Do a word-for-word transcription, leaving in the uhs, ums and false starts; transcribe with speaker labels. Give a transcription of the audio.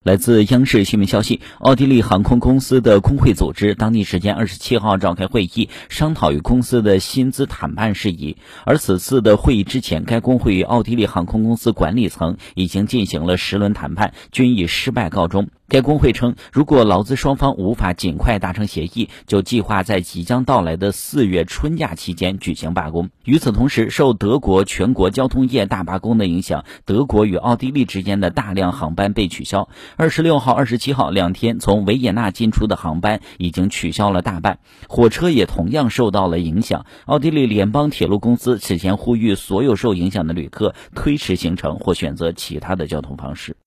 Speaker 1: 来自央视新闻消息，奥地利航空公司的工会组织当地时间二十七号召开会议，商讨与公司的薪资谈判事宜。而此次的会议之前，该工会与奥地利航空公司管理层已经进行了十轮谈判，均以失败告终。该工会称，如果劳资双方无法尽快达成协议，就计划在即将到来的四月春假期间举行罢工。与此同时，受德国全国交通业大罢工的影响，德国与奥地利之间的大量航班被取消。二十六号、二十七号两天从维也纳进出的航班已经取消了大半，火车也同样受到了影响。奥地利联邦铁路公司此前呼吁所有受影响的旅客推迟行程或选择其他的交通方式。